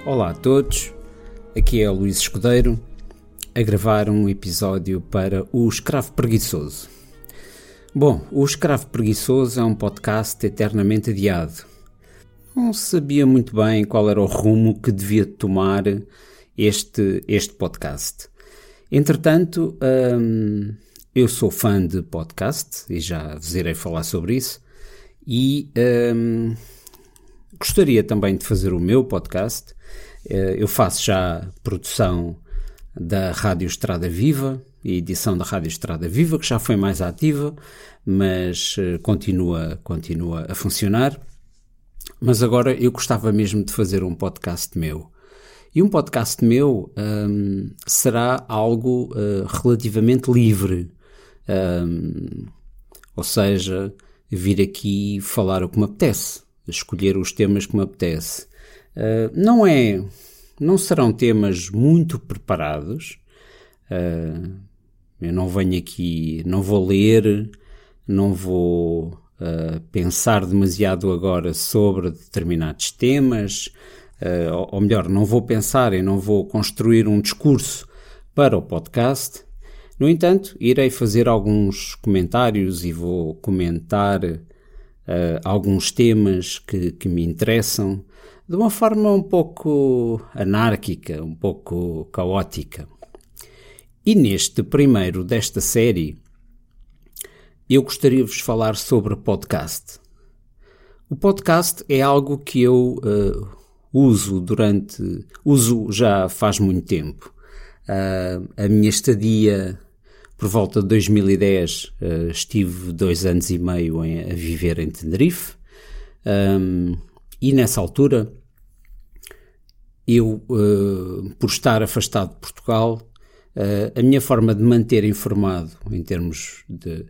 Olá a todos, aqui é o Luís Escudeiro a gravar um episódio para o Escravo Preguiçoso. Bom, o Escravo Preguiçoso é um podcast eternamente adiado. Não sabia muito bem qual era o rumo que devia tomar este podcast. Entretanto, eu sou fã de podcast e já vos irei falar sobre isso e gostaria também de fazer o meu podcast. Eu faço já produção da Rádio Estrada Viva e edição da Rádio Estrada Viva, que já foi mais ativa, mas continua a funcionar. Mas agora eu gostava mesmo de fazer um podcast meu. E um podcast meu será algo relativamente livre. Ou seja, vir aqui falar o que me apetece, escolher os temas que me apetece. Não serão temas muito preparados. Eu não venho aqui, não vou ler, não vou pensar demasiado agora sobre determinados temas, ou melhor, não vou pensar e não vou construir um discurso para o podcast. No entanto, irei fazer alguns comentários e vou comentar alguns temas que me interessam de uma forma um pouco anárquica, um pouco caótica. E neste primeiro desta série, eu gostaria de vos falar sobre podcast. O podcast é algo que eu uso já faz muito tempo. A minha estadia por volta de 2010, estive 2 anos e meio a viver em Tenerife, e nessa altura eu, por estar afastado de Portugal, a minha forma de manter informado em termos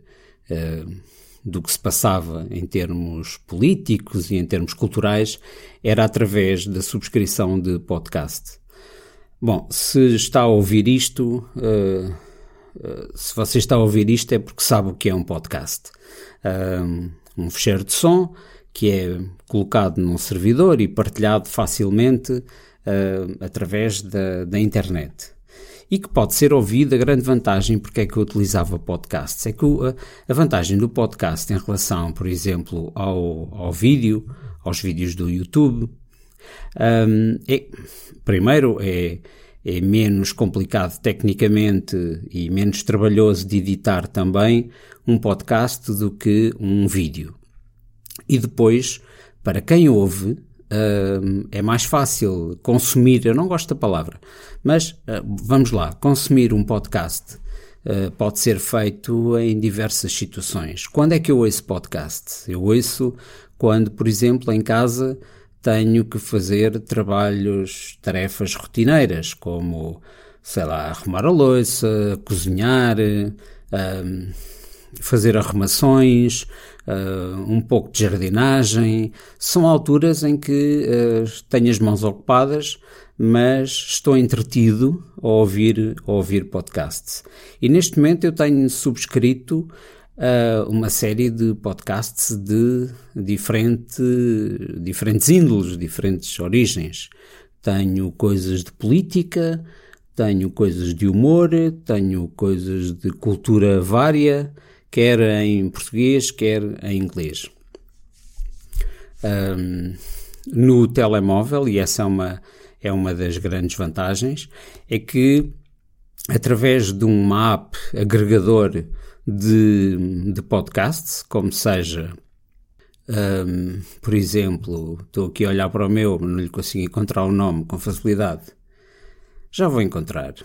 do que se passava em termos políticos e em termos culturais era através da subscrição de podcast. Bom, se está a ouvir isto, se você está a ouvir isto é porque sabe o que é um podcast. Um ficheiro de som que é colocado num servidor e partilhado facilmente através da internet. E que pode ser ouvido. A grande vantagem, porque é que eu utilizava podcasts, é que a vantagem do podcast em relação, por exemplo, ao vídeo, aos vídeos do YouTube, primeiro é menos complicado tecnicamente e menos trabalhoso de editar também um podcast do que um vídeo. E depois, para quem ouve, é mais fácil consumir, eu não gosto da palavra, mas vamos lá, consumir um podcast pode ser feito em diversas situações. Quando é que eu ouço podcast? Eu ouço quando, por exemplo, em casa tenho que fazer tarefas rotineiras, como, sei lá, arrumar a louça, cozinhar, fazer arrumações, um pouco de jardinagem. São alturas em que tenho as mãos ocupadas, mas estou entretido a ouvir podcasts. E neste momento eu tenho subscrito uma série de podcasts de diferentes índoles, diferentes origens. Tenho coisas de política, tenho coisas de humor, tenho coisas de cultura vária, quer em português, quer em inglês. No telemóvel, e essa é uma das grandes vantagens, é que através de uma app agregador de podcasts, como seja, por exemplo, estou aqui a olhar para o meu, mas não lhe consigo encontrar o nome com facilidade. Já vou encontrar.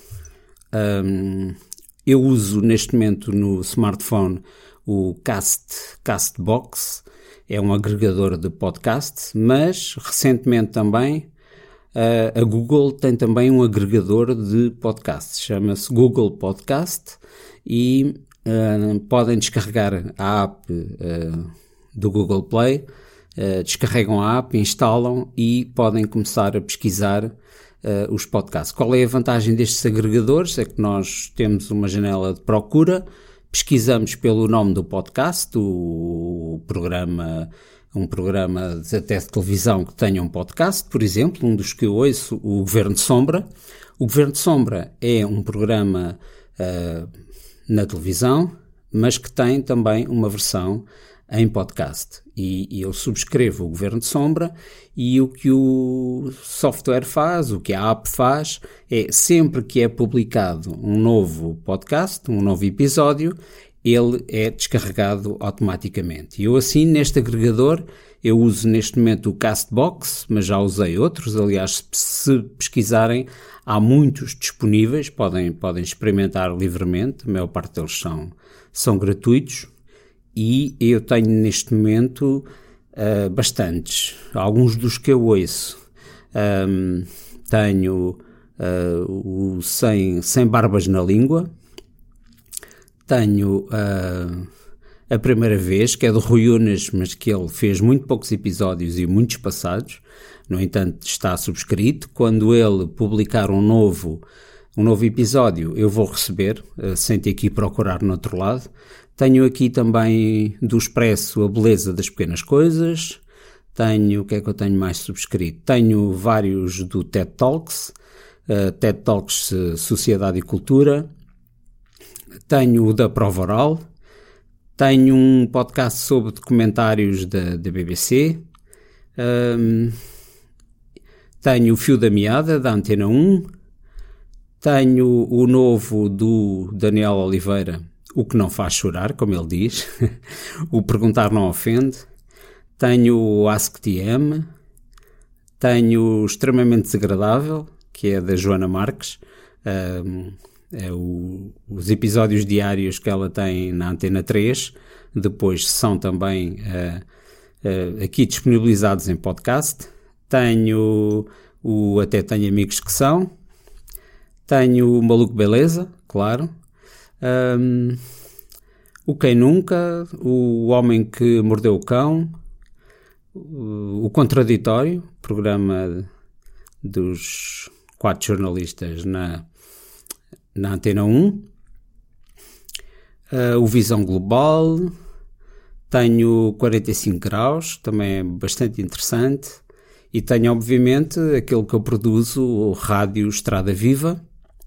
Eu uso neste momento no smartphone o Castbox, é um agregador de podcast, mas recentemente também a Google tem também um agregador de podcasts, chama-se Google Podcast, e podem descarregar a app do Google Play, descarregam a app, instalam e podem começar a pesquisar os podcasts. Qual é a vantagem destes agregadores? É que nós temos uma janela de procura, pesquisamos pelo nome do podcast, o programa um programa até de televisão que tenha um podcast, por exemplo, um dos que eu ouço, o Governo de Sombra. O Governo de Sombra é um programa na televisão, mas que tem também uma versão em podcast. E eu subscrevo o Governo de Sombra, e o que o software faz, o que a app faz, é sempre que é publicado um novo podcast, um novo episódio, ele é descarregado automaticamente. E eu assim, neste agregador, eu uso neste momento o Castbox, mas já usei outros. Aliás, se pesquisarem, há muitos disponíveis, podem experimentar livremente, a maior parte deles são gratuitos. E eu tenho neste momento bastantes. Alguns dos que eu ouço. Tenho o Sem Barbas na Língua. Tenho a Primeira Vez, que é do Rui Unas, mas que ele fez muito poucos episódios e muitos passados. No entanto, está subscrito. Quando ele publicar um novo episódio, eu vou receber, sem ter que ir procurar no outro lado. Tenho aqui também do Expresso A Beleza das Pequenas Coisas. O que é que eu tenho mais subscrito? Tenho vários do TED Talks, TED Talks Sociedade e Cultura. Tenho o da Prova Oral. Tenho um podcast sobre documentários da BBC. Tenho o Fio da Meada, da Antena 1. Tenho o novo do Daniel Oliveira, O que não faz chorar, como ele diz. O Perguntar não ofende. Tenho o AskTM. Tenho o Extremamente Desagradável, que é da Joana Marques. Os episódios diários que ela tem na Antena 3. Depois são também aqui disponibilizados em podcast. Tenho Até Tenho Amigos que São. Tenho o Maluco Beleza, claro. O Quem Nunca, o Homem que Mordeu o Cão, o Contraditório, programa dos 4 jornalistas na Antena 1, o Visão Global. Tenho 45 graus, também é bastante interessante, e tenho obviamente aquele que eu produzo, o Rádio Estrada Viva.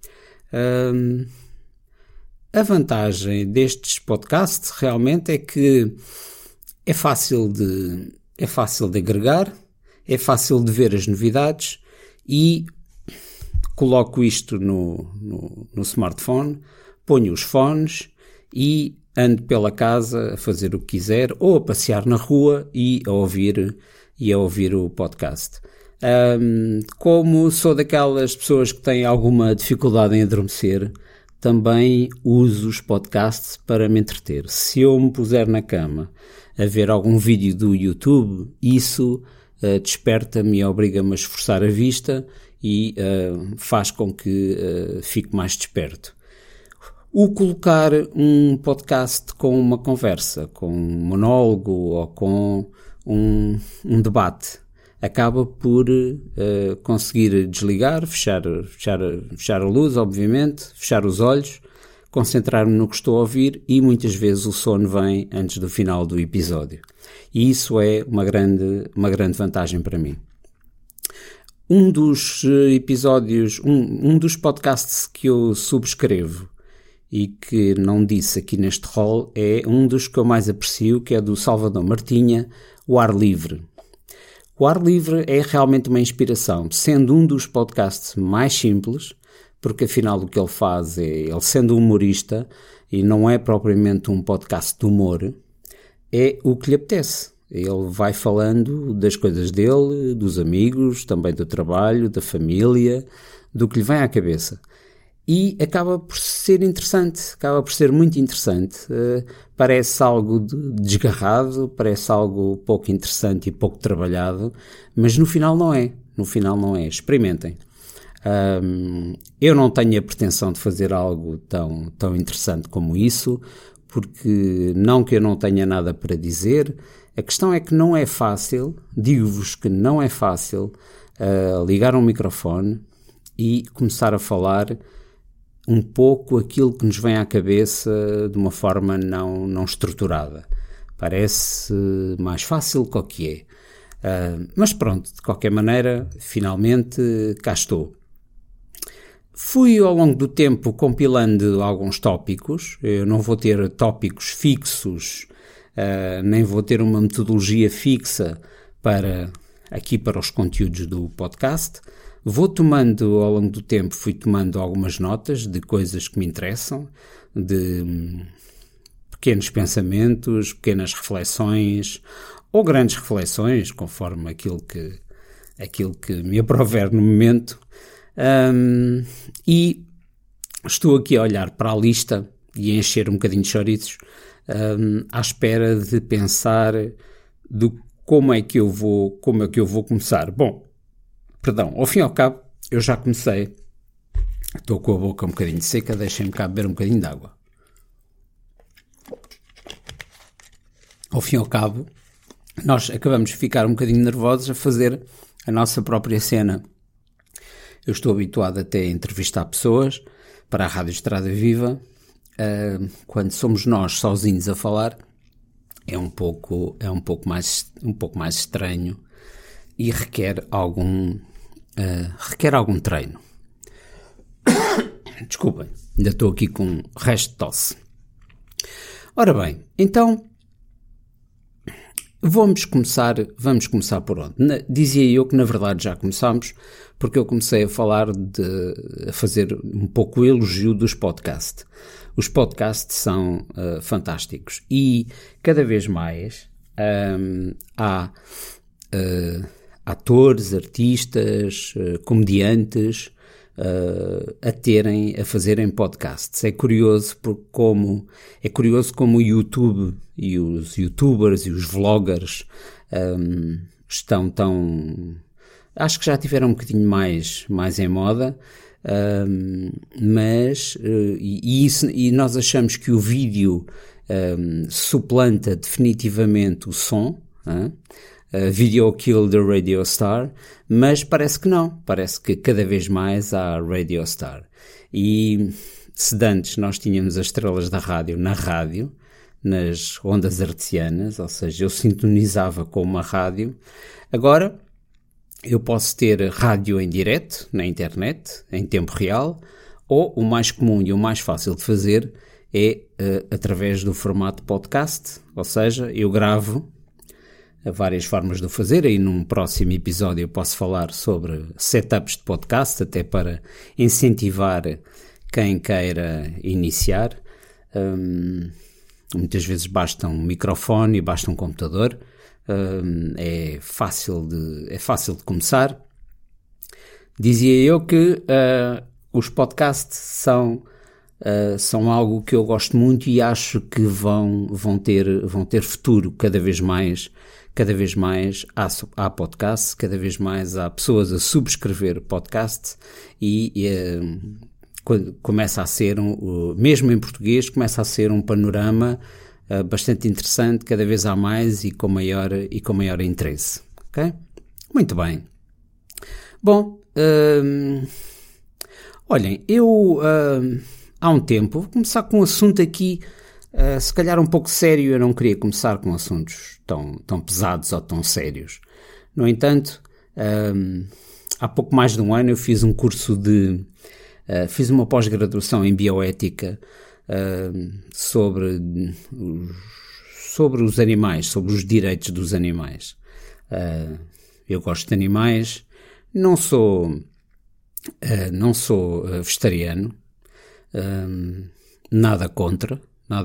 A vantagem destes podcasts realmente é que é fácil de agregar, é fácil de ver as novidades, e coloco isto no smartphone, ponho os fones e ando pela casa a fazer o que quiser, ou a passear na rua e a ouvir o podcast. Como sou daquelas pessoas que têm alguma dificuldade em adormecer, também uso os podcasts para me entreter. Se eu me puser na cama a ver algum vídeo do YouTube, isso desperta-me e obriga-me a esforçar a vista e faz com que fique mais desperto. O colocar um podcast com uma conversa, com um monólogo ou com um debate, acaba por conseguir desligar, fechar a luz, obviamente, fechar os olhos, concentrar-me no que estou a ouvir, e muitas vezes o sono vem antes do final do episódio. E isso é uma grande vantagem para mim. Um dos episódios, um dos podcasts que eu subscrevo e que não disse aqui neste rol é um dos que eu mais aprecio, que é do Salvador Martinha, O Ar Livre. O Ar Livre é realmente uma inspiração, sendo um dos podcasts mais simples, porque afinal o que ele faz é, ele sendo humorista, e não é propriamente um podcast de humor, é o que lhe apetece. Ele vai falando das coisas dele, dos amigos, também do trabalho, da família, do que lhe vem à cabeça. E acaba por ser interessante, acaba por ser muito interessante. Parece algo desgarrado, parece algo pouco interessante e pouco trabalhado, mas no final não é. No final não é. Experimentem. Eu não tenho a pretensão de fazer algo tão interessante como isso, porque não que eu não tenha nada para dizer. A questão é que não é fácil, digo-vos que não é fácil ligar um microfone e começar a falar um pouco aquilo que nos vem à cabeça de uma forma não estruturada. Parece mais fácil que o que é. Mas pronto, de qualquer maneira, finalmente cá estou. Fui ao longo do tempo compilando alguns tópicos. Eu não vou ter tópicos fixos, nem vou ter uma metodologia fixa para os conteúdos do podcast. Vou tomando, ao longo do tempo, fui tomando algumas notas de coisas que me interessam, de pequenos pensamentos, pequenas reflexões, ou grandes reflexões, conforme aquilo que me aprover no momento. E estou aqui a olhar para a lista e a encher um bocadinho de chouriços, à espera de pensar como é que eu vou começar. Bom, perdão, ao fim e ao cabo, eu já comecei. Estou com a boca um bocadinho seca, deixem-me cá beber um bocadinho de água. Ao fim e ao cabo, nós acabamos de ficar um bocadinho nervosos a fazer a nossa própria cena. Eu estou habituado até a entrevistar pessoas para a Rádio Estrada Viva. Quando somos nós sozinhos a falar, é um pouco mais estranho e requer algum treino. Desculpem, ainda estou aqui com resto de tosse. Ora bem, então vamos começar por onde? Dizia eu que na verdade já começámos, porque eu comecei a fazer um pouco o elogio dos podcasts. Os podcasts são fantásticos e cada vez mais há atores, artistas, comediantes a fazerem podcasts. É curioso como o YouTube e os youtubers e os vloggers estão tão... Acho que já tiveram um bocadinho mais em moda, mas nós achamos que o vídeo suplanta definitivamente o som, Video Kill the Radio Star, mas parece que não, parece que cada vez mais há Radio Star. E se de antes nós tínhamos as estrelas da rádio na rádio, nas ondas artesianas, ou seja, eu sintonizava com uma rádio, agora eu posso ter rádio em direto, na internet, em tempo real, ou o mais comum e o mais fácil de fazer é através do formato podcast, ou seja, eu gravo. Há várias formas de o fazer, aí num próximo episódio eu posso falar sobre setups de podcast, até para incentivar quem queira iniciar. Muitas vezes basta um microfone e basta um computador, é fácil de começar. Dizia eu que os podcasts são algo que eu gosto muito e acho que vão ter futuro cada vez mais há podcasts, cada vez mais há pessoas a subscrever podcasts e começa a ser, mesmo em português, começa a ser um panorama bastante interessante, cada vez há mais e com maior interesse. Ok? Muito bem. Bom, olhem, eu há um tempo, vou começar com um assunto aqui se calhar um pouco sério. Eu não queria começar com assuntos tão pesados ou tão sérios. No entanto, há pouco mais de um ano eu fiz um curso fiz uma pós-graduação em bioética sobre os animais, sobre os direitos dos animais. Eu gosto de animais, não sou vegetariano, nada contra.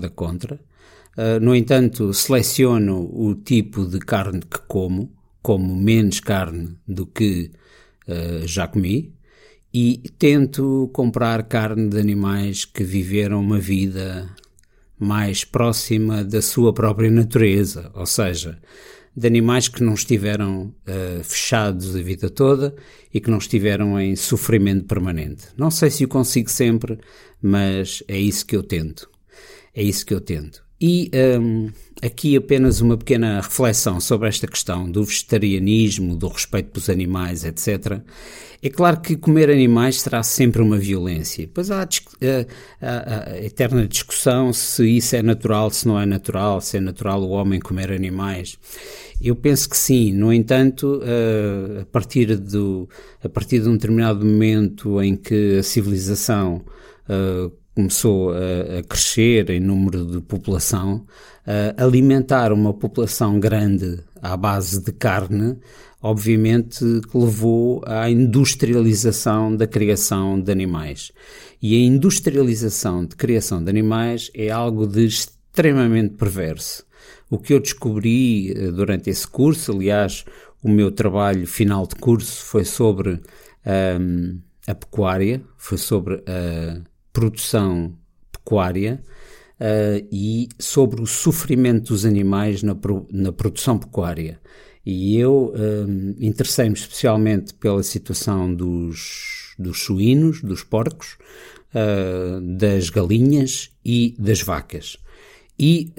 No entanto, seleciono o tipo de carne que como menos carne do que já comi, e tento comprar carne de animais que viveram uma vida mais próxima da sua própria natureza, ou seja, de animais que não estiveram fechados a vida toda e que não estiveram em sofrimento permanente. Não sei se o consigo sempre, mas é isso que eu tento. E aqui apenas uma pequena reflexão sobre esta questão do vegetarianismo, do respeito pelos animais, etc. É claro que comer animais será sempre uma violência. Pois há a eterna discussão se isso é natural, se não é natural, se é natural o homem comer animais. Eu penso que sim. No entanto, a partir de um determinado momento em que a civilização começou a crescer em número de população, alimentar uma população grande à base de carne, obviamente que levou à industrialização da criação de animais. E a industrialização de criação de animais é algo de extremamente perverso. O que eu descobri durante esse curso, aliás, o meu trabalho final de curso foi sobre a pecuária, foi sobre a produção pecuária e sobre o sofrimento dos animais na produção pecuária. E eu interessei-me especialmente pela situação dos suínos, dos porcos, das galinhas e das vacas. E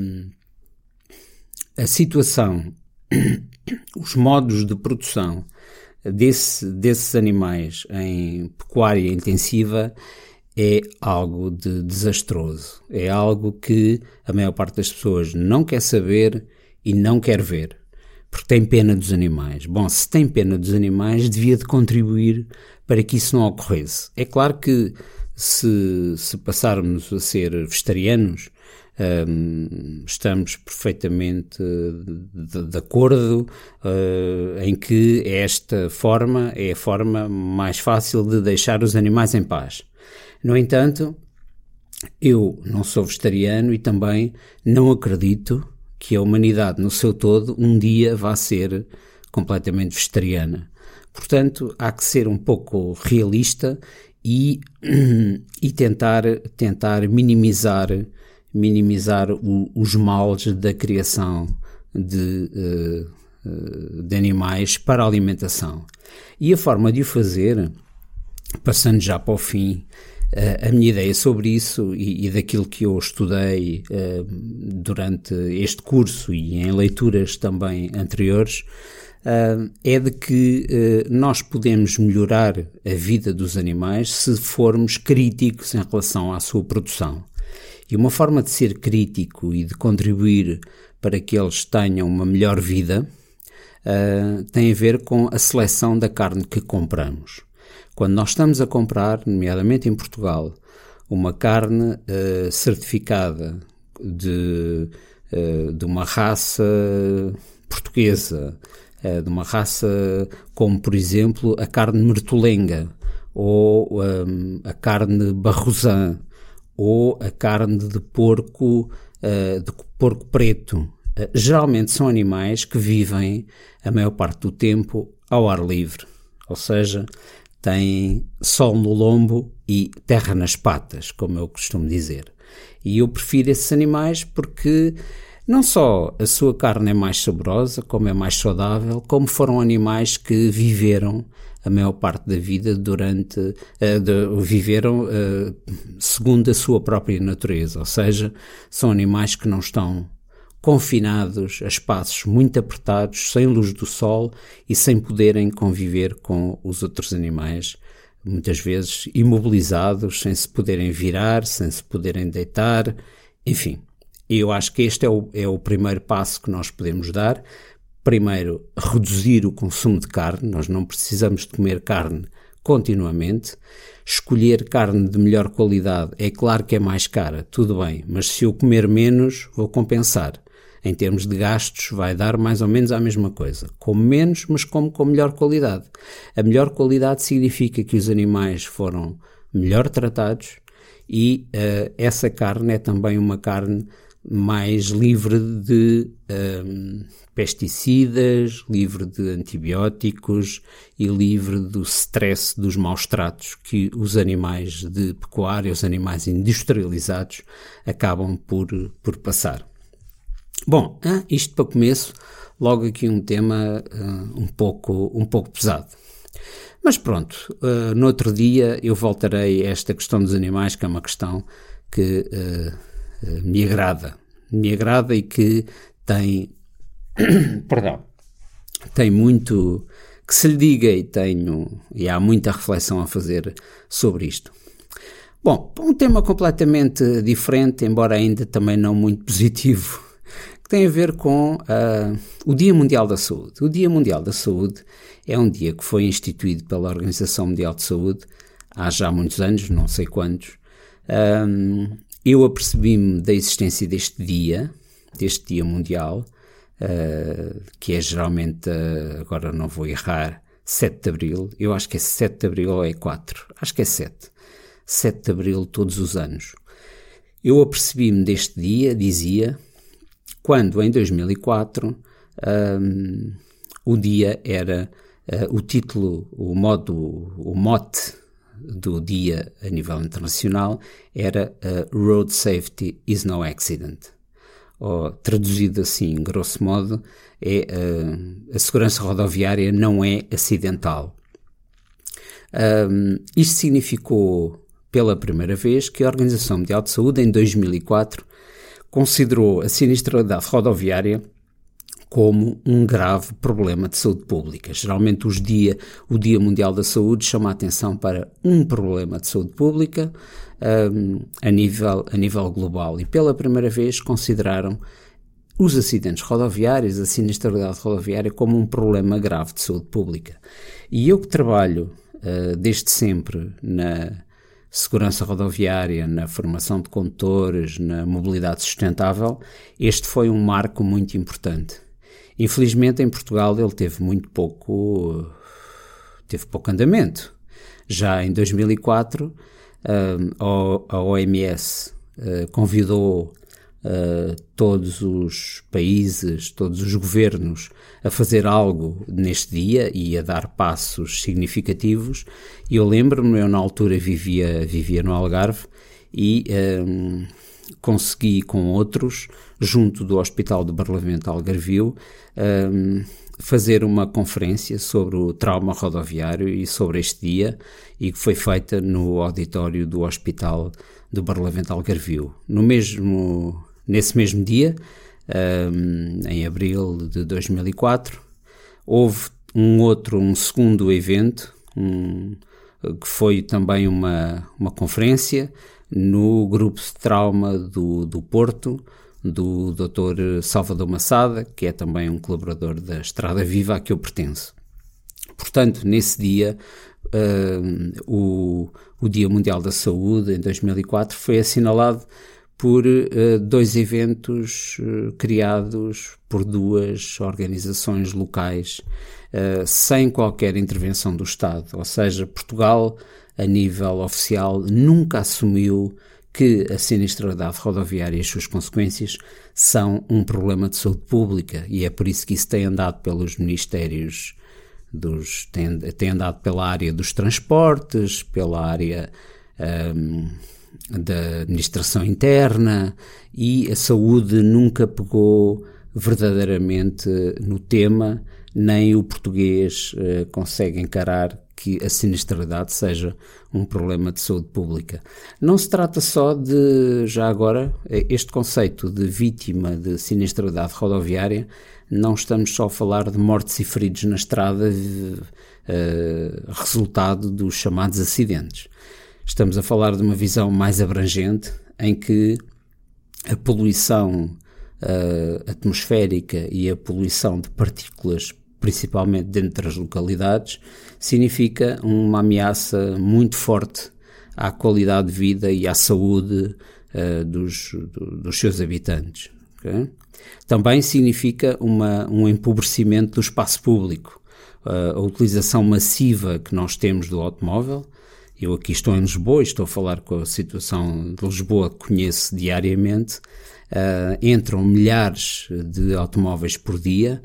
a situação, os modos de produção desses animais em pecuária intensiva é algo de desastroso. É algo que a maior parte das pessoas não quer saber e não quer ver, porque tem pena dos animais. Bom, se tem pena dos animais, devia de contribuir para que isso não ocorresse. É claro que se passarmos a ser vegetarianos, estamos perfeitamente de acordo em que esta forma é a forma mais fácil de deixar os animais em paz. No entanto, eu não sou vegetariano e também não acredito que a humanidade no seu todo um dia vá ser completamente vegetariana. Portanto, há que ser um pouco realista e tentar minimizar os males da criação de animais para a alimentação. E a forma de o fazer, passando já para o fim, a minha ideia sobre isso e daquilo que eu estudei durante este curso e em leituras também anteriores, é de que nós podemos melhorar a vida dos animais se formos críticos em relação à sua produção. E uma forma de ser crítico e de contribuir para que eles tenham uma melhor vida tem a ver com a seleção da carne que compramos. Quando nós estamos a comprar, nomeadamente em Portugal, uma carne certificada de uma raça portuguesa, de uma raça como, por exemplo, a carne mertolenga, ou a carne barrosã, ou a carne de porco preto. Geralmente são animais que vivem a maior parte do tempo ao ar livre, ou seja, têm sol no lombo e terra nas patas, como eu costumo dizer. E eu prefiro esses animais porque não só a sua carne é mais saborosa, como é mais saudável, como foram animais que viveram a maior parte da vida viveram segundo a sua própria natureza, ou seja, são animais que não estão confinados a espaços muito apertados, sem luz do sol e sem poderem conviver com os outros animais, muitas vezes imobilizados, sem se poderem virar, sem se poderem deitar, enfim. Eu acho que este é o primeiro passo que nós podemos dar. Primeiro, reduzir o consumo de carne. Nós não precisamos de comer carne continuamente. Escolher carne de melhor qualidade é claro que é mais cara, tudo bem, mas se eu comer menos, vou compensar. Em termos de gastos, vai dar mais ou menos a mesma coisa. Como menos, mas como com melhor qualidade. A melhor qualidade significa que os animais foram melhor tratados e essa carne é também uma carne mais livre de pesticidas, livre de antibióticos e livre do stress dos maus tratos que os animais de pecuária, os animais industrializados, acabam por passar. Bom, isto para começo, logo aqui um tema um pouco pesado. Mas pronto, no outro dia eu voltarei a esta questão dos animais, que é uma questão que me agrada, me agrada e que tem, tem muito que se lhe diga e há muita reflexão a fazer sobre isto. Bom, um tema completamente diferente, embora ainda também não muito positivo, que tem a ver com o Dia Mundial da Saúde. O Dia Mundial da Saúde é um dia que foi instituído pela Organização Mundial de Saúde há já muitos anos, não sei quantos. Eu apercebi-me da existência deste Dia Mundial, que é geralmente, agora não vou errar, 7 de Abril. Eu acho que é 7 de Abril ou é 4. Acho que é 7. 7 de Abril todos os anos. Eu apercebi-me deste dia, dizia, quando em 2004 o dia era, o título, o mote do dia a nível internacional era Road Safety is no accident. Ou, traduzido assim, grosso modo, é a segurança rodoviária não é acidental. Isto significou pela primeira vez que a Organização Mundial de Saúde, em 2004, considerou a sinistralidade rodoviária como um grave problema de saúde pública. Geralmente o Dia Mundial da Saúde chama a atenção para um problema de saúde pública a nível global, e pela primeira vez consideraram os acidentes rodoviários, a sinistralidade rodoviária, como um problema grave de saúde pública. E eu que trabalho desde sempre na segurança rodoviária, na formação de condutores, na mobilidade sustentável, este foi um marco muito importante. Infelizmente, em Portugal, ele teve pouco andamento. Já em 2004, a OMS convidou todos os países, todos os governos a fazer algo neste dia e a dar passos significativos. E eu lembro-me, eu na altura vivia no Algarve e consegui com outros, junto do Hospital do Barlavento Algarvio, fazer uma conferência sobre o trauma rodoviário e sobre este dia, e que foi feita no auditório do Hospital do Barlavento Algarvio. Nesse mesmo dia, em abril de 2004, houve um segundo evento, que foi também uma conferência no grupo de trauma do Porto, do Dr. Salvador Massada, que é também um colaborador da Estrada Viva a que eu pertenço. Portanto, nesse dia, o Dia Mundial da Saúde, em 2004, foi assinalado por dois eventos criados por duas organizações locais, sem qualquer intervenção do Estado. Ou seja, Portugal, a nível oficial, nunca assumiu que a sinistralidade rodoviária e as suas consequências são um problema de saúde pública, e é por isso que isso tem andado pelos ministérios, tem andado pela área dos transportes, pela área da administração interna, e a saúde nunca pegou verdadeiramente no tema, nem o português consegue encarar que a sinistralidade seja um problema de saúde pública. Não se trata só de, já agora, este conceito de vítima de sinistralidade rodoviária, não estamos só a falar de mortes e feridos na estrada, resultado dos chamados acidentes. Estamos a falar de uma visão mais abrangente, em que a poluição atmosférica e a poluição de partículas, principalmente dentro das localidades, significa uma ameaça muito forte à qualidade de vida e à saúde dos seus habitantes. Okay? Também significa um empobrecimento do espaço público, a utilização massiva que nós temos do automóvel. Eu aqui estou em Lisboa e estou a falar com a situação de Lisboa que conheço diariamente. Entram milhares de automóveis por dia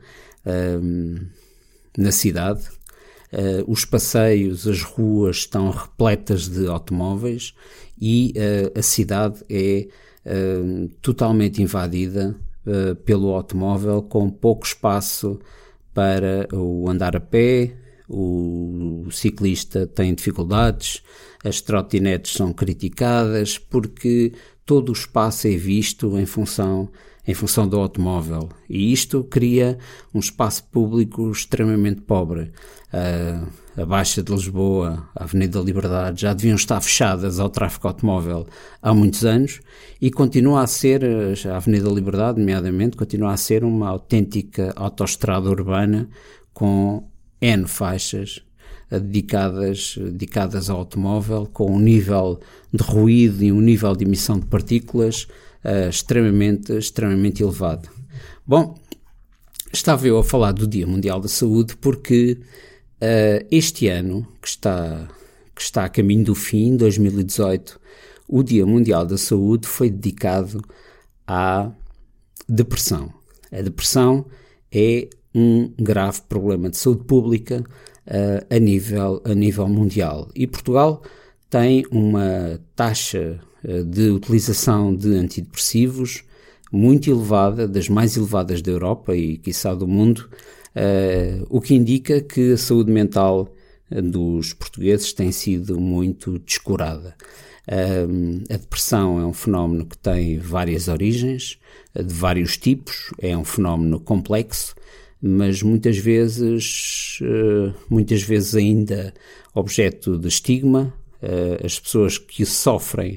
na cidade. Os passeios, as ruas estão repletas de automóveis e a cidade é totalmente invadida pelo automóvel, com pouco espaço para o andar a pé, o ciclista tem dificuldades, as trotinetes são criticadas, porque todo o espaço é visto em função do automóvel, e isto cria um espaço público extremamente pobre. A Baixa de Lisboa, a Avenida da Liberdade, já deviam estar fechadas ao tráfego automóvel há muitos anos, e continua a ser, a Avenida da Liberdade, nomeadamente, continua a ser uma autêntica autoestrada urbana com N faixas dedicadas ao automóvel, com um nível de ruído e um nível de emissão de partículas extremamente elevado. Bom, estava eu a falar do Dia Mundial da Saúde porque este ano, que está a caminho do fim, 2018, o Dia Mundial da Saúde foi dedicado à depressão. A depressão é um grave problema de saúde pública a nível mundial. E Portugal tem uma taxa de utilização de antidepressivos muito elevada, das mais elevadas da Europa e, quiçá, do mundo, o que indica que a saúde mental dos portugueses tem sido muito descurada. A depressão é um fenómeno que tem várias origens, de vários tipos, é um fenómeno complexo, mas muitas vezes ainda objeto de estigma. As pessoas que sofrem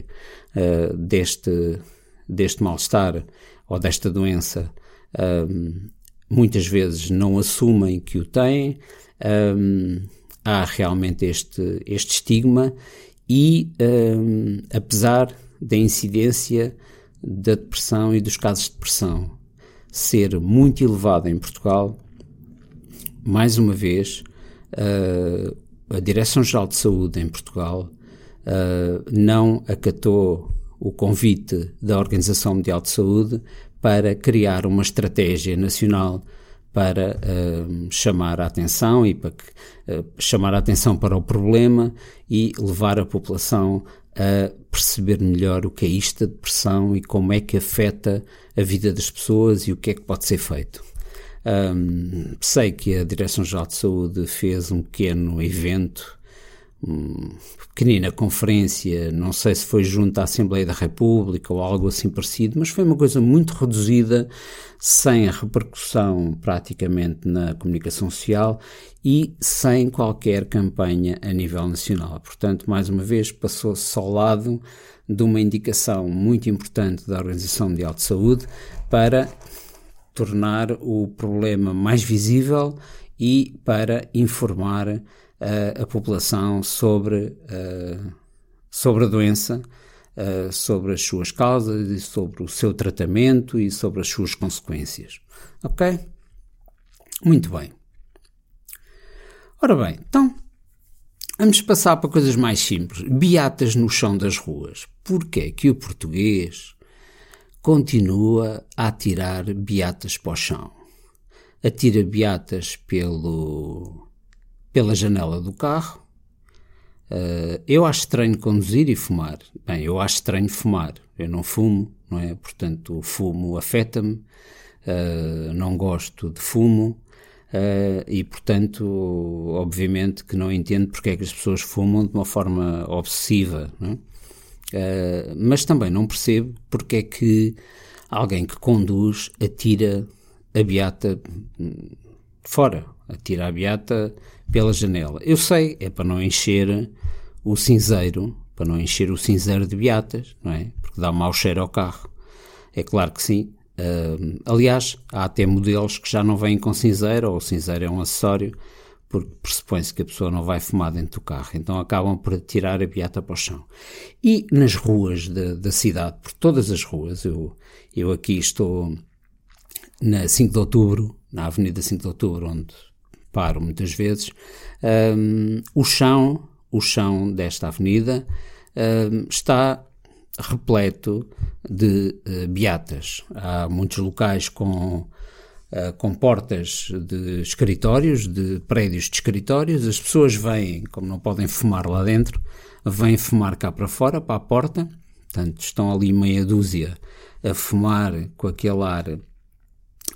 deste mal-estar ou desta doença muitas vezes não assumem que o têm. Há realmente este estigma e, apesar da incidência da depressão e dos casos de depressão ser muito elevada em Portugal, mais uma vez, a Direção-Geral de Saúde em Portugal não acatou o convite da Organização Mundial de Saúde para criar uma estratégia nacional para chamar a atenção chamar a atenção para o problema e levar a população a perceber melhor o que é isto da depressão e como é que afeta a vida das pessoas e o que é que pode ser feito. Sei que a Direção-Geral de Saúde fez um pequeno evento, pequenina conferência, não sei se foi junto à Assembleia da República ou algo assim parecido, mas foi uma coisa muito reduzida, sem repercussão praticamente na comunicação social e sem qualquer campanha a nível nacional. Portanto, mais uma vez, passou-se ao lado de uma indicação muito importante da Organização Mundial de Saúde para tornar o problema mais visível e para informar a população sobre a doença, sobre as suas causas e sobre o seu tratamento e sobre as suas consequências. Ok? Muito bem. Ora bem, então vamos passar para coisas mais simples. Beatas no chão das ruas. Porquê é que o português continua a atirar beatas para o chão? Atira beatas pela janela do carro. Eu acho estranho conduzir e fumar. Bem, eu acho estranho fumar. Eu não fumo, não é? Portanto, o fumo afeta-me. Não gosto de fumo. E, portanto, obviamente que não entendo porque é que as pessoas fumam de uma forma obsessiva, não é? Mas também não percebo porque é que alguém que conduz atira a beata fora, atira a beata pela janela. Eu sei, é para não encher o cinzeiro de beatas, não é? Porque dá mau cheiro ao carro. É claro que sim. Aliás, há até modelos que já não vêm com cinzeiro, ou o cinzeiro é um acessório, porque pressupõe-se que a pessoa não vai fumar dentro do carro, então acabam por tirar a beata para o chão. E nas ruas da cidade, por todas as ruas, eu aqui estou na 5 de Outubro, na Avenida 5 de Outubro, onde paro muitas vezes, o chão desta avenida está repleto de beatas. Há muitos locais com portas de escritórios, de prédios de escritórios. As pessoas vêm, como não podem fumar lá dentro, vêm fumar cá para fora, para a porta. Portanto, estão ali meia dúzia a fumar com aquele ar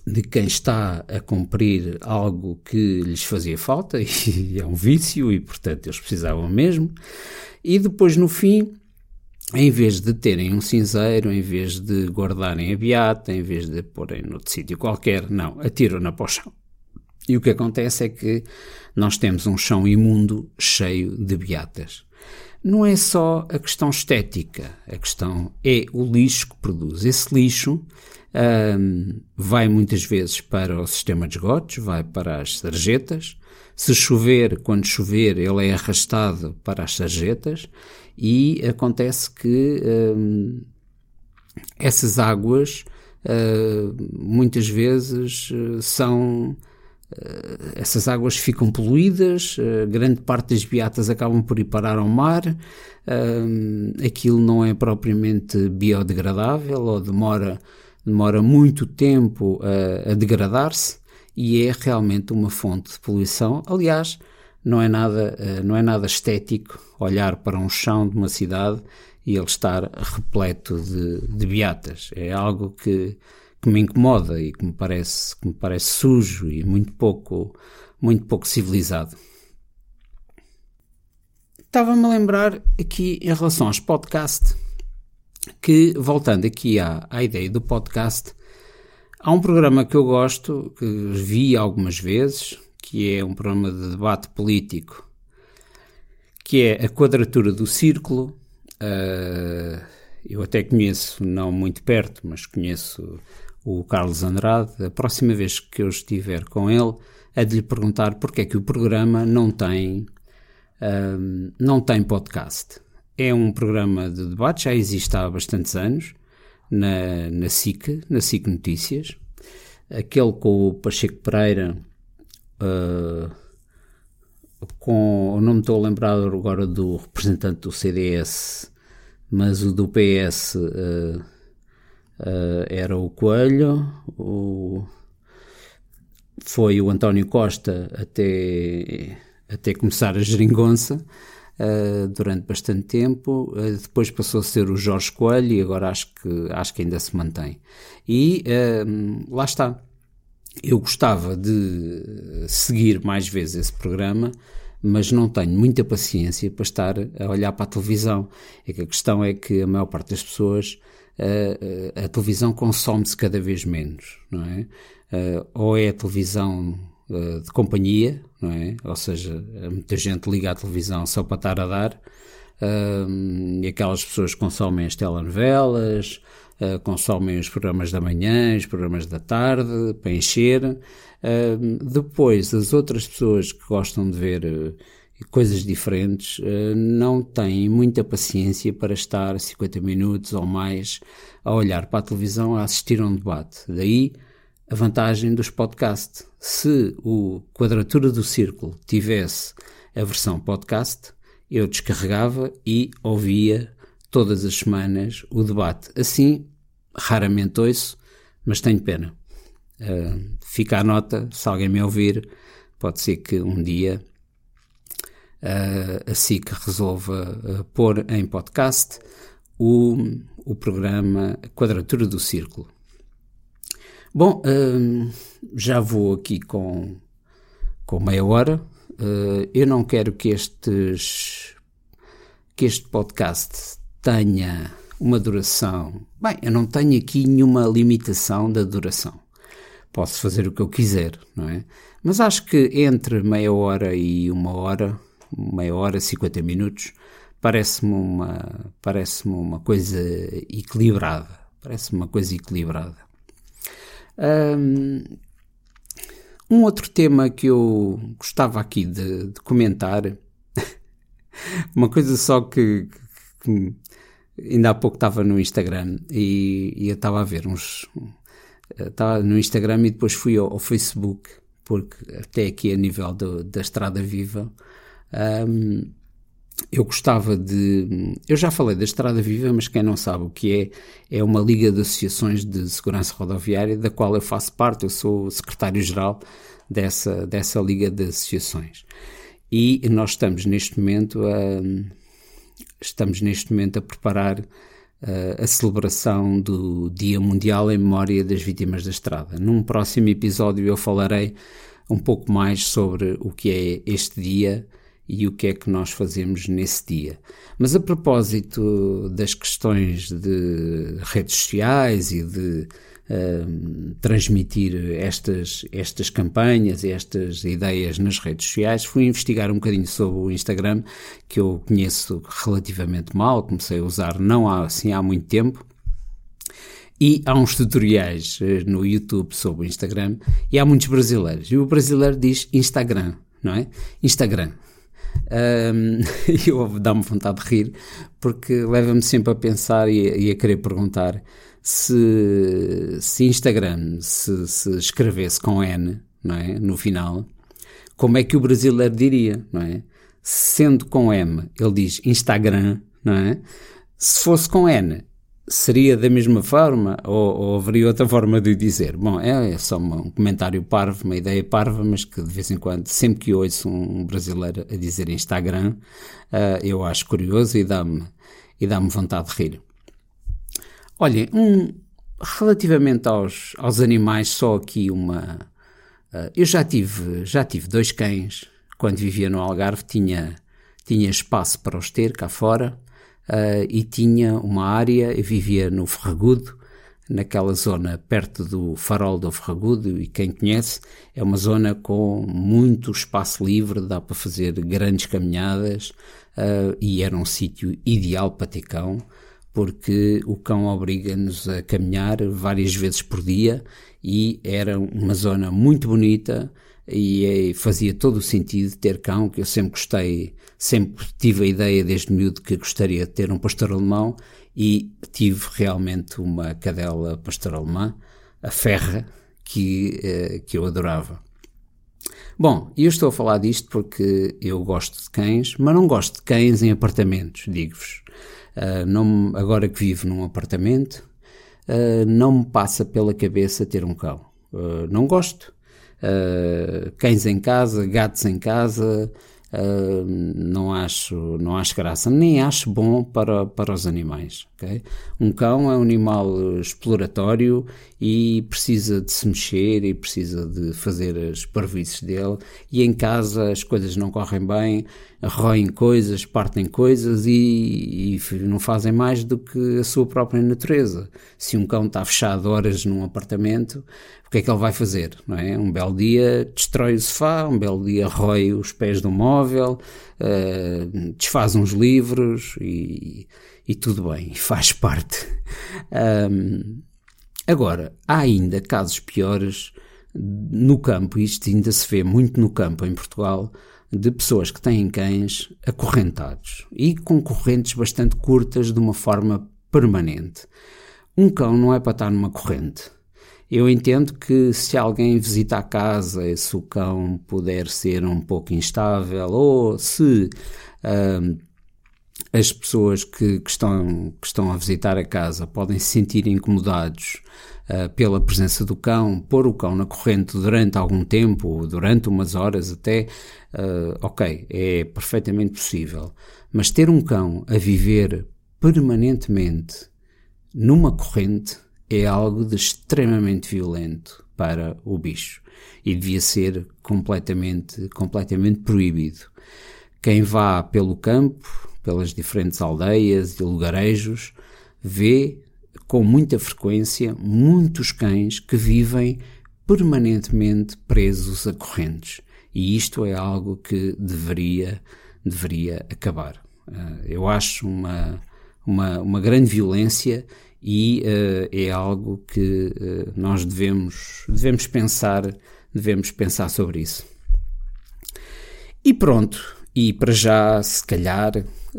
de quem está a cumprir algo que lhes fazia falta, e é um vício, e portanto eles precisavam mesmo, e depois no fim, em vez de terem um cinzeiro, em vez de guardarem a beata, em vez de porem noutro sítio qualquer, não, atiram-na para o chão. E o que acontece é que nós temos um chão imundo cheio de beatas. Não é só a questão estética, a questão é o lixo que produz. Esse lixo vai muitas vezes para o sistema de esgotos, vai para as sarjetas. Se chover, quando chover, ele é arrastado para as sarjetas e acontece que essas águas muitas vezes essas águas ficam poluídas, grande parte das beatas acabam por ir parar ao mar, aquilo não é propriamente biodegradável ou demora muito tempo a degradar-se e é realmente uma fonte de poluição. Aliás, não é nada estético olhar para um chão de uma cidade e ele estar repleto de beatas. É algo que me incomoda e que me parece sujo e muito pouco civilizado. Estava-me a lembrar aqui em relação aos podcasts, que voltando aqui à ideia do podcast, há um programa que eu gosto, que vi algumas vezes, que é um programa de debate político, que é a Quadratura do Círculo. Eu até conheço, não muito perto, mas conheço o Carlos Andrade. A próxima vez que eu estiver com ele, é de lhe perguntar porque é que o programa não tem podcast. É um programa de debate, já existe há bastantes anos, na SIC Notícias. Aquele com o Pacheco Pereira, não me estou a lembrar agora do representante do CDS, mas o do PS era o Coelho, foi o António Costa até começar a geringonça durante bastante tempo, depois passou a ser o Jorge Coelho e agora acho que ainda se mantém. E lá está. Eu gostava de seguir mais vezes esse programa, mas não tenho muita paciência para estar a olhar para a televisão. É que a questão é que a maior parte das pessoas, a televisão consome-se cada vez menos, não é? Ou é a televisão de companhia, não é? Ou seja, muita gente liga à televisão só para estar a dar, e aquelas pessoas consomem as telenovelas, consomem os programas da manhã, os programas da tarde, para encher. Depois, as outras pessoas que gostam de ver coisas diferentes não têm muita paciência para estar 50 minutos ou mais a olhar para a televisão, a assistir a um debate. Daí a vantagem dos podcasts. Se o Quadratura do Círculo tivesse a versão podcast, eu descarregava e ouvia todas as semanas o debate. Assim, raramente ouço, mas tenho pena. Fica a nota, se alguém me ouvir, pode ser que um dia a SIC resolva pôr em podcast o programa Quadratura do Círculo. Bom, já vou aqui com meia hora. Eu não quero que este podcast tenha uma duração. Bem, eu não tenho aqui nenhuma limitação da duração. Posso fazer o que eu quiser, não é? Mas acho que entre meia hora e meia hora, 50 minutos, parece-me uma coisa equilibrada. Um outro tema que eu gostava aqui de comentar, uma coisa só que ainda há pouco estava no Instagram e eu estava a ver estava no Instagram e depois fui ao Facebook, porque até aqui a nível da Estrada Viva, eu gostava eu já falei da Estrada Viva, mas quem não sabe o que é uma liga de associações de segurança rodoviária, da qual eu faço parte. Eu sou o secretário-geral dessa liga de associações. E nós estamos neste momento a preparar a celebração do Dia Mundial em Memória das Vítimas da Estrada. Num próximo episódio eu falarei um pouco mais sobre o que é este dia e o que é que nós fazemos nesse dia. Mas a propósito das questões de redes sociais e de transmitir estas campanhas e estas ideias nas redes sociais, fui investigar um bocadinho sobre o Instagram, que eu conheço relativamente mal, comecei a usar não há muito tempo, e há uns tutoriais no YouTube sobre o Instagram, e há muitos brasileiros, e o brasileiro diz Instagram, não é? Instagram. Eu dá-me vontade de rir, porque leva-me sempre a pensar e a querer perguntar se Instagram se escrevesse com N, não é? No final, como é que o brasileiro diria, não é? Sendo com M, ele diz Instagram, não é? Se fosse com N, seria da mesma forma ou haveria outra forma de dizer? Bom, é só um comentário parvo, uma ideia parva, mas que de vez em quando, sempre que ouço um brasileiro a dizer Instagram, eu acho curioso e dá-me vontade de rir. Olhem, relativamente aos animais, só aqui eu já tive 2 cães. Quando vivia no Algarve tinha espaço para os ter cá fora, e tinha uma área, eu vivia no Ferragudo, naquela zona perto do Farol do Ferragudo, e quem conhece, é uma zona com muito espaço livre, dá para fazer grandes caminhadas, e era um sítio ideal para ter cão, porque o cão obriga-nos a caminhar várias vezes por dia e era uma zona muito bonita e fazia todo o sentido ter cão, que eu sempre gostei, sempre tive a ideia desde miúdo que gostaria de ter um pastor alemão e tive realmente uma cadela pastor alemã, a Ferra, que eu adorava. Bom, eu estou a falar disto porque eu gosto de cães, mas não gosto de cães em apartamentos, digo-vos. Agora que vivo num apartamento, não me passa pela cabeça ter um cão. Não gosto. Cães em casa, gatos em casa, não acho graça, nem acho bom para os animais. Okay? Um cão é um animal exploratório e precisa de se mexer e precisa de fazer as parvoíces dele, e em casa as coisas não correm bem, roem coisas, partem coisas e não fazem mais do que a sua própria natureza. Se um cão está fechado horas num apartamento, o que é que ele vai fazer? Não é? Um belo dia destrói o sofá, um belo dia rói os pés do móvel, desfaz uns livros e tudo bem, faz parte. Agora, há ainda casos piores no campo, isto ainda se vê muito no campo em Portugal, de pessoas que têm cães acorrentados e com correntes bastante curtas de uma forma permanente. Um cão não é para estar numa corrente. Eu entendo que se alguém visita a casa e se o cão puder ser um pouco instável, ou se as pessoas que estão a visitar a casa podem se sentir incomodados pela presença do cão, pôr o cão na corrente durante algum tempo, durante umas horas até, ok, é perfeitamente possível. Mas ter um cão a viver permanentemente numa corrente é algo de extremamente violento para o bicho e devia ser completamente proibido. Quem vá pelo campo, pelas diferentes aldeias e lugarejos, vê com muita frequência muitos cães que vivem permanentemente presos a correntes, e isto é algo que deveria acabar. Eu acho uma grande violência e é algo que nós devemos pensar sobre isso. E pronto, e para já, se calhar,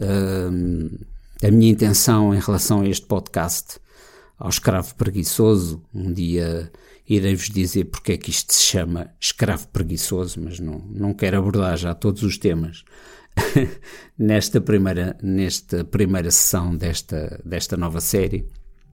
a minha intenção em relação a este podcast, ao escravo preguiçoso, um dia irei-vos dizer porque é que isto se chama escravo preguiçoso, mas não quero abordar já todos os temas nesta primeira sessão desta nova série.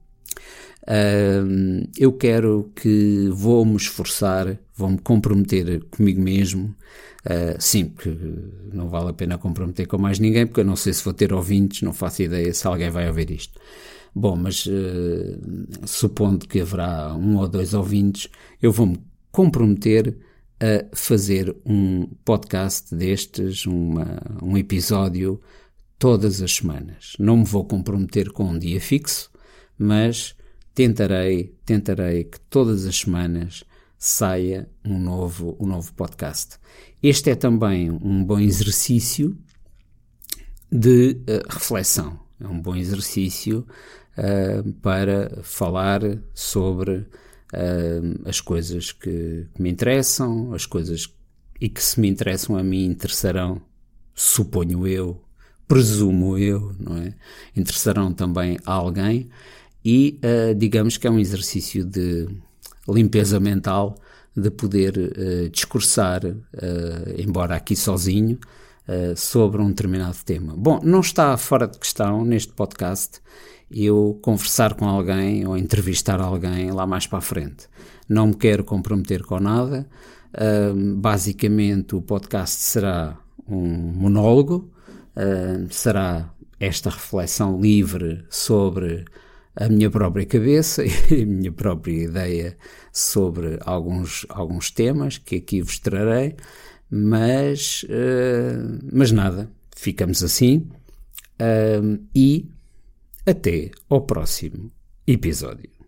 Eu quero que vou-me esforçar, vou-me comprometer comigo mesmo, sim, porque não vale a pena comprometer com mais ninguém, porque eu não sei se vou ter ouvintes, não faço ideia se alguém vai ouvir isto, Bom, mas supondo que haverá 1 ou 2 ouvintes, eu vou-me comprometer a fazer um podcast destes, um episódio todas as semanas. Não me vou comprometer com um dia fixo, mas tentarei que todas as semanas saia um novo podcast. Este é também um bom exercício de reflexão. É um bom exercício para falar sobre as coisas que me interessam, as coisas e que se me interessam a mim interessarão, suponho eu, presumo eu, não é? Interessarão também a alguém e digamos que é um exercício de limpeza mental, de poder discursar, embora aqui sozinho, sobre um determinado tema. Bom, não está fora de questão neste podcast eu conversar com alguém ou entrevistar alguém lá mais para a frente. Não me quero comprometer com nada. Basicamente o podcast será um monólogo, será esta reflexão livre sobre a minha própria cabeça e a minha própria ideia sobre alguns temas que aqui vos trarei, mas nada, ficamos assim e até ao próximo episódio.